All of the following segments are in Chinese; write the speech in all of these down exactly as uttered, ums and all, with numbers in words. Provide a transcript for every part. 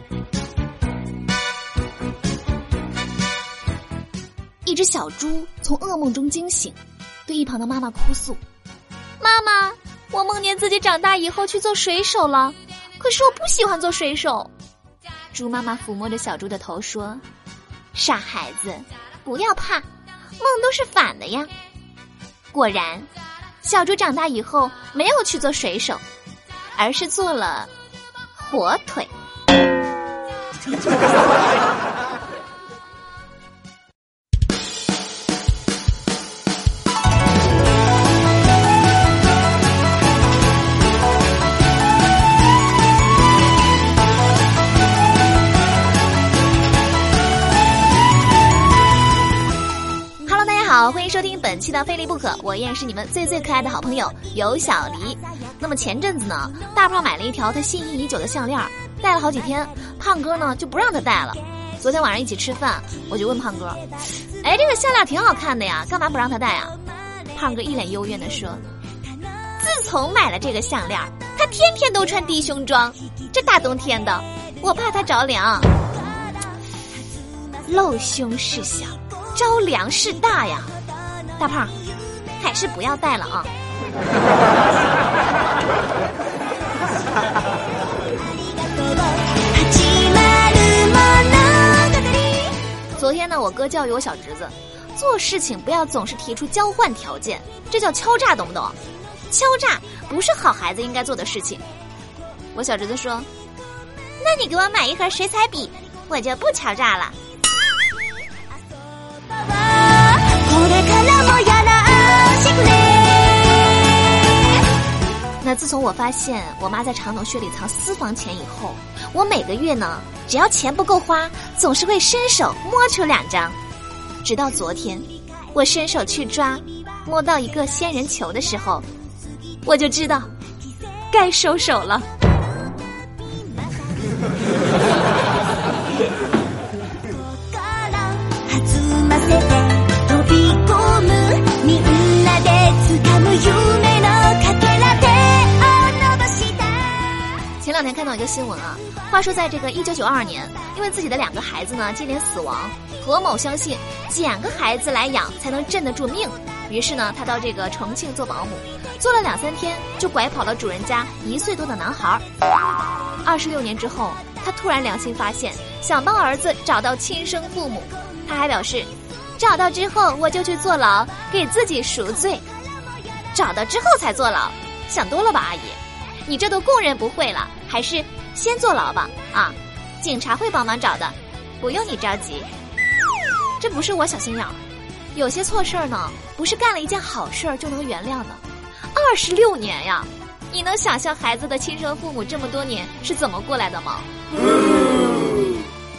一只小猪从噩梦中惊醒，对一旁的妈妈哭诉：妈妈，我梦见自己长大以后去做水手了，可是我不喜欢做水手。猪妈妈抚摸着小猪的头说：傻孩子，不要怕，梦都是反的呀。果然，小猪长大以后没有去做水手，而是做了火腿。好，欢迎收听本期的非离不可，我依然是你们最最可爱的好朋友有小黎。那么前阵子呢，大胖买了一条他心仪已久的项链，戴了好几天，胖哥呢就不让他戴了。昨天晚上一起吃饭，我就问胖哥，哎，这个项链挺好看的呀，干嘛不让他戴啊？胖哥一脸幽怨地说，自从买了这个项链，他天天都穿低胸装，这大冬天的，我怕他着凉。露胸是小，着凉是大呀，大胖，还是不要戴了啊！昨天呢，我哥教育我小侄子，做事情不要总是提出交换条件，这叫敲诈，懂不懂？敲诈不是好孩子应该做的事情。我小侄子说：“那你给我买一盒水彩笔，我就不敲诈了。”那自从我发现我妈在长筒靴里藏私房钱以后，我每个月呢，只要钱不够花，总是会伸手摸出两张。直到昨天，我伸手去抓，摸到一个仙人球的时候，我就知道该收手了。前两天看到一个新闻啊，话说在这个一九九二年，因为自己的两个孩子呢接连死亡，何某相信捡个孩子来养才能镇得住命，于是呢他到这个重庆做保姆，做了两三天就拐跑了主人家一岁多的男孩。二十六年之后，他突然良心发现，想帮儿子找到亲生父母。他还表示，找到之后我就去坐牢，给自己赎罪。找到之后才坐牢，想多了吧，阿姨？你这都供认不讳了，还是先坐牢吧？啊，警察会帮忙找的，不用你着急。这不是我小心眼儿，有些错事儿呢，不是干了一件好事儿就能原谅的。二十六年呀，你能想象孩子的亲生父母这么多年是怎么过来的吗？嗯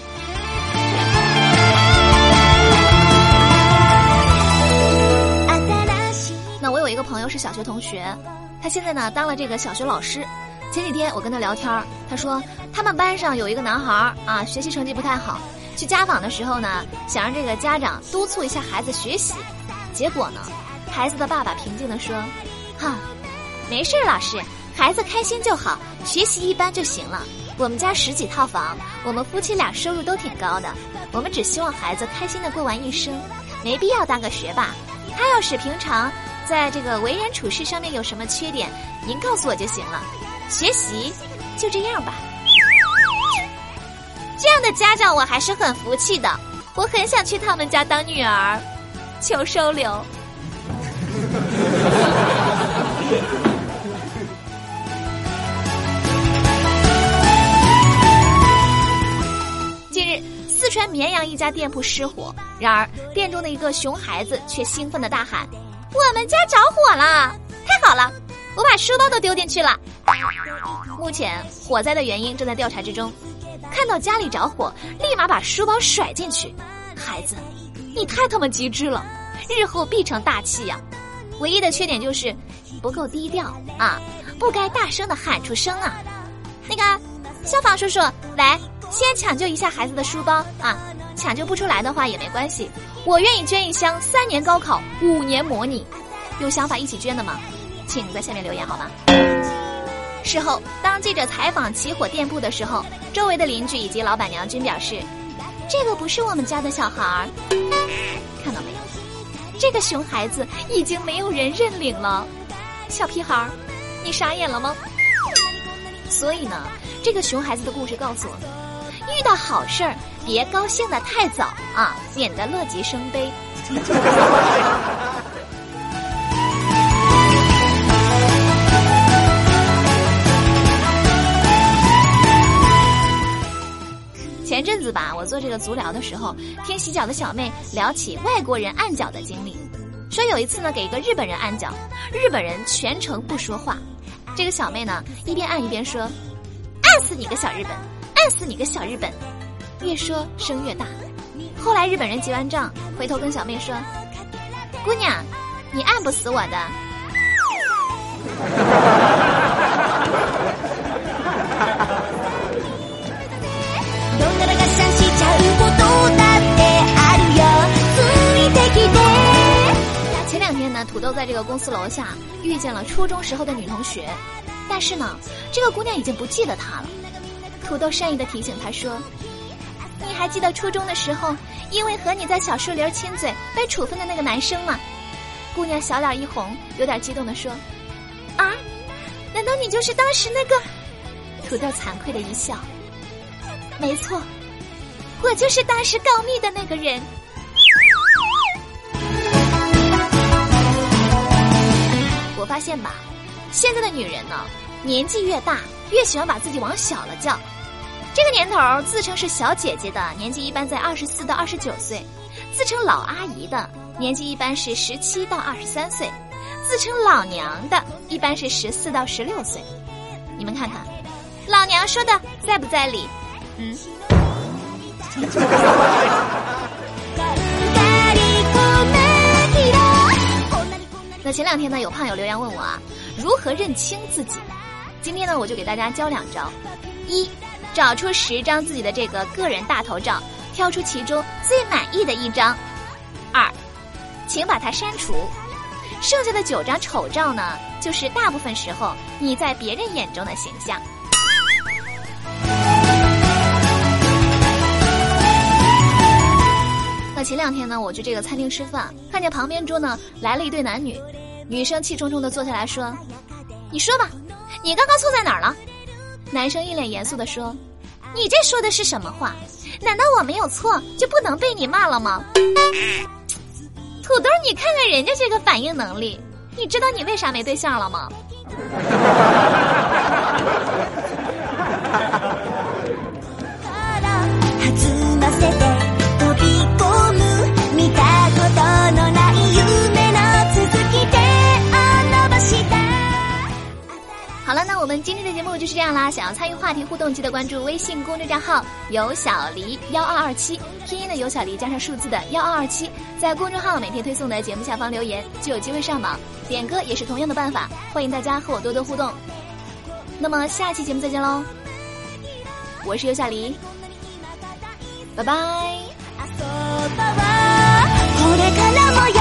那我有一个朋友是小学同学，他现在呢当了这个小学老师。前几天我跟他聊天，他说他们班上有一个男孩啊，学习成绩不太好，去家访的时候呢，想让这个家长督促一下孩子学习。结果呢，孩子的爸爸平静地说：哈，没事老师，孩子开心就好，学习一般就行了。我们家十几套房，我们夫妻俩收入都挺高的，我们只希望孩子开心地过完一生，没必要当个学霸。他要是平常在这个为人处事上面有什么缺点，您告诉我就行了。学习就这样吧。这样的家长我还是很服气的，我很想去他们家当女儿，求收留。近日，四川绵阳一家店铺失火，然而店中的一个熊孩子却兴奋地大喊：我们家着火了！太好了，我把书包都丢进去了。目前火灾的原因正在调查之中，看到家里着火，立马把书包甩进去。孩子，你太他妈机智了，日后必成大器呀！唯一的缺点就是不够低调啊，不该大声的喊出声啊。那个消防叔叔，来，先抢救一下孩子的书包啊，抢救不出来的话也没关系，我愿意捐一箱三年高考五年模拟。有想法一起捐的吗？请在下面留言好吗？ 事后，当记者采访起火店铺的时候，周围的邻居以及老板娘均表示，这个不是我们家的小孩儿。看到没有，这个熊孩子已经没有人认领了。小屁孩儿，你傻眼了吗？所以呢，这个熊孩子的故事告诉我们，遇到好事儿别高兴得太早啊，免得乐极生悲。前阵子吧，我做这个足疗的时候，听洗脚的小妹聊起外国人按脚的经历，说有一次呢，给一个日本人按脚，日本人全程不说话，这个小妹呢一边按一边说，按死你个小日本，按死你个小日本，越说声越大。后来日本人结完账，回头跟小妹说，姑娘，你按不死我的。前两天呢，土豆在这个公司楼下遇见了初中时候的女同学，但是呢，这个姑娘已经不记得她了。土豆善意的提醒她说，你还记得初中的时候因为和你在小树林亲嘴被处分的那个男生吗？姑娘小脸一红，有点激动地说，啊，难道你就是当时那个？土豆惭愧的一笑，没错，我就是当时告密的那个人。我发现吧，现在的女人呢，年纪越大越喜欢把自己往小了叫。这个年头自称是小姐姐的年纪一般在二十四到二十九岁，自称老阿姨的年纪一般是十七到二十三岁，自称老娘的一般是十四到十六岁。你们看看，老娘说的在不在理？嗯。那前两天呢，有胖友留言问我啊，如何认清自己？今天呢，我就给大家教两招：一，找出十张自己的这个个人大头照，挑出其中最满意的一张；二，请把它删除。剩下的九张丑照呢，就是大部分时候你在别人眼中的形象。那前两天呢，我去这个餐厅吃饭，看见旁边桌呢来了一对男女，女生气冲冲地坐下来说，你说吧，你刚刚错在哪儿了？男生一脸严肃地说，你这说的是什么话？难道我没有错就不能被你骂了吗？土豆，你看看人家这个反应能力，你知道你为啥没对象了吗？好了，那我们今天的节目就是这样啦。想要参与话题互动，记得关注微信公众账号有小黎一二二七，拼音的有小黎加上数字的一二二七，在公众号每天推送的节目下方留言，就有机会上榜。点歌也是同样的办法，欢迎大家和我多多互动。那么下期节目再见喽，我是有小黎，拜拜。